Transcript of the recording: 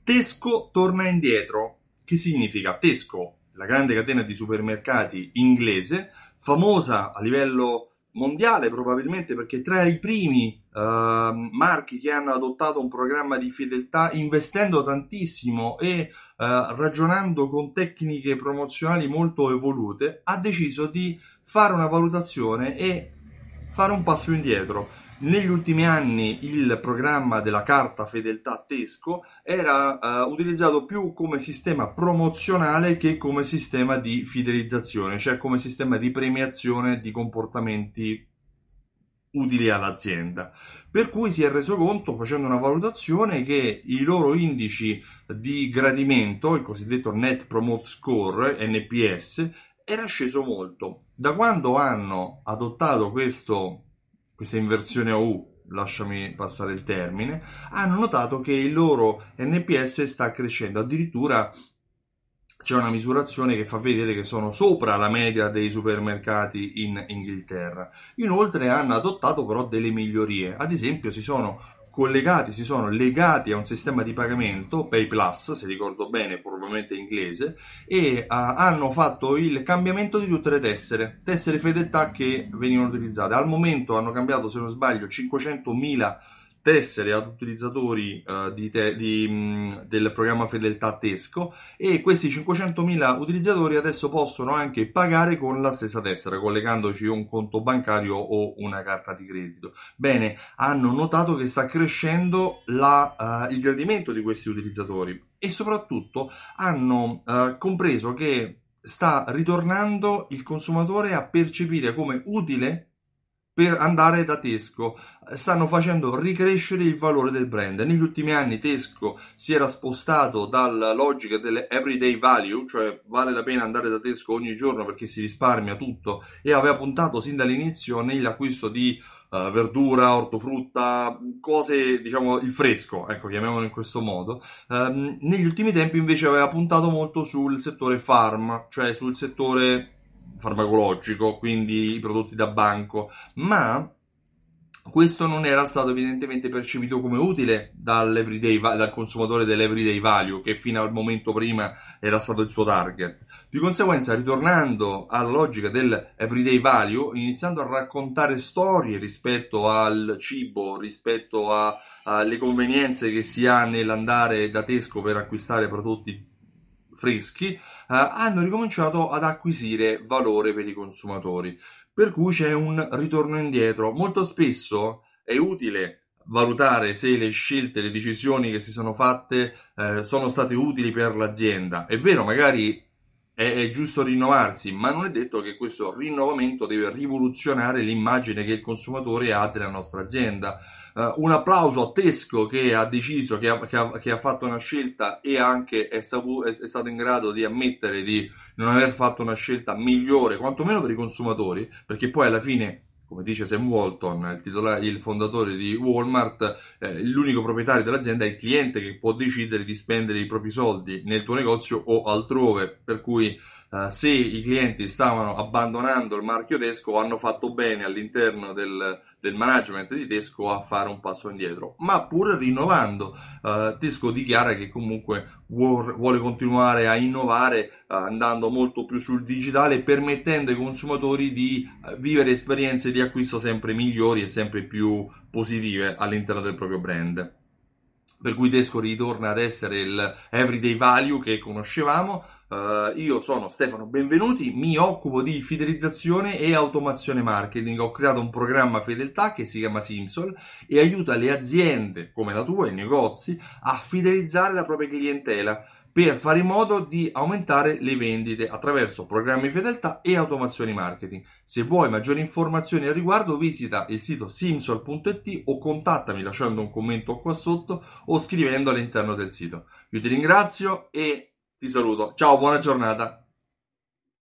Tesco torna indietro. Che significa? Tesco, la grande catena di supermercati inglese, famosa a livello mondiale probabilmente perché tra i primi marchi che hanno adottato un programma di fedeltà investendo tantissimo e ragionando con tecniche promozionali molto evolute, ha deciso di fare una valutazione e fare un passo indietro. Negli ultimi anni il programma della carta fedeltà Tesco era utilizzato più come sistema promozionale che come sistema di fidelizzazione, cioè come sistema di premiazione di comportamenti utili all'azienda. Per cui si è reso conto, facendo una valutazione, che i loro indici di gradimento, il cosiddetto Net Promote Score, NPS, era sceso molto. Da quando hanno adottato questa inversione a U, lasciami passare il termine, hanno notato che il loro NPS sta crescendo, addirittura c'è una misurazione che fa vedere che sono sopra la media dei supermercati in Inghilterra. Inoltre hanno adottato però delle migliorie, ad esempio si sono legati a un sistema di pagamento, Pay Plus, se ricordo bene, probabilmente inglese, e hanno fatto il cambiamento di tutte le tessere fedeltà che venivano utilizzate. Al momento hanno cambiato, se non sbaglio, 500.000 tessere ad utilizzatori del programma fedeltà Tesco, e questi 500.000 utilizzatori adesso possono anche pagare con la stessa tessera collegandoci un conto bancario o una carta di credito. Bene, hanno notato che sta crescendo il gradimento di questi utilizzatori e soprattutto hanno compreso che sta ritornando il consumatore a percepire come utile per andare da Tesco. Stanno facendo ricrescere il valore del brand. Negli ultimi anni Tesco si era spostato dalla logica delle everyday value, cioè vale la pena andare da Tesco ogni giorno perché si risparmia tutto, e aveva puntato sin dall'inizio nell'acquisto di verdura, ortofrutta, cose, diciamo, il fresco, ecco, chiamiamolo in questo modo. Negli ultimi tempi invece aveva puntato molto sul settore farm, cioè sul settore farmacologico, quindi i prodotti da banco, ma questo non era stato evidentemente percepito come utile dal consumatore dell'everyday value, che fino al momento prima era stato il suo target. Di conseguenza, ritornando alla logica dell'everyday value, iniziando a raccontare storie rispetto al cibo, rispetto alle convenienze che si ha nell'andare da Tesco per acquistare prodotti freschi, hanno ricominciato ad acquisire valore per i consumatori. Per cui c'è un ritorno indietro. Molto spesso è utile valutare se le scelte, le decisioni che si sono fatte sono state utili per l'azienda. È vero, magari è giusto rinnovarsi, ma non è detto che questo rinnovamento deve rivoluzionare l'immagine che il consumatore ha della nostra azienda. Un applauso a Tesco che ha deciso, che ha fatto una scelta e anche è stato in grado di ammettere di non aver fatto una scelta migliore, quantomeno per i consumatori, perché poi alla fine, come dice Sam Walton, il fondatore di Walmart, l'unico proprietario dell'azienda è il cliente, che può decidere di spendere i propri soldi nel tuo negozio o altrove, per cui se i clienti stavano abbandonando il marchio Tesco, hanno fatto bene all'interno del management di Tesco a fare un passo indietro, ma pur rinnovando. Tesco dichiara che comunque vuole continuare a innovare, andando molto più sul digitale, permettendo ai consumatori di vivere esperienze di acquisto sempre migliori e sempre più positive all'interno del proprio brand. Per cui Tesco ritorna ad essere il everyday value che conoscevamo. Io sono Stefano Benvenuti, mi occupo di fidelizzazione e automazione marketing. Ho creato un programma fedeltà che si chiama Simsol e aiuta le aziende come la tua, i negozi, a fidelizzare la propria clientela per fare in modo di aumentare le vendite attraverso programmi fedeltà e automazioni marketing. Se vuoi maggiori informazioni al riguardo, visita il sito simsol.it o contattami lasciando un commento qua sotto o scrivendo all'interno del sito. Io ti ringrazio e ti saluto. Ciao, buona giornata.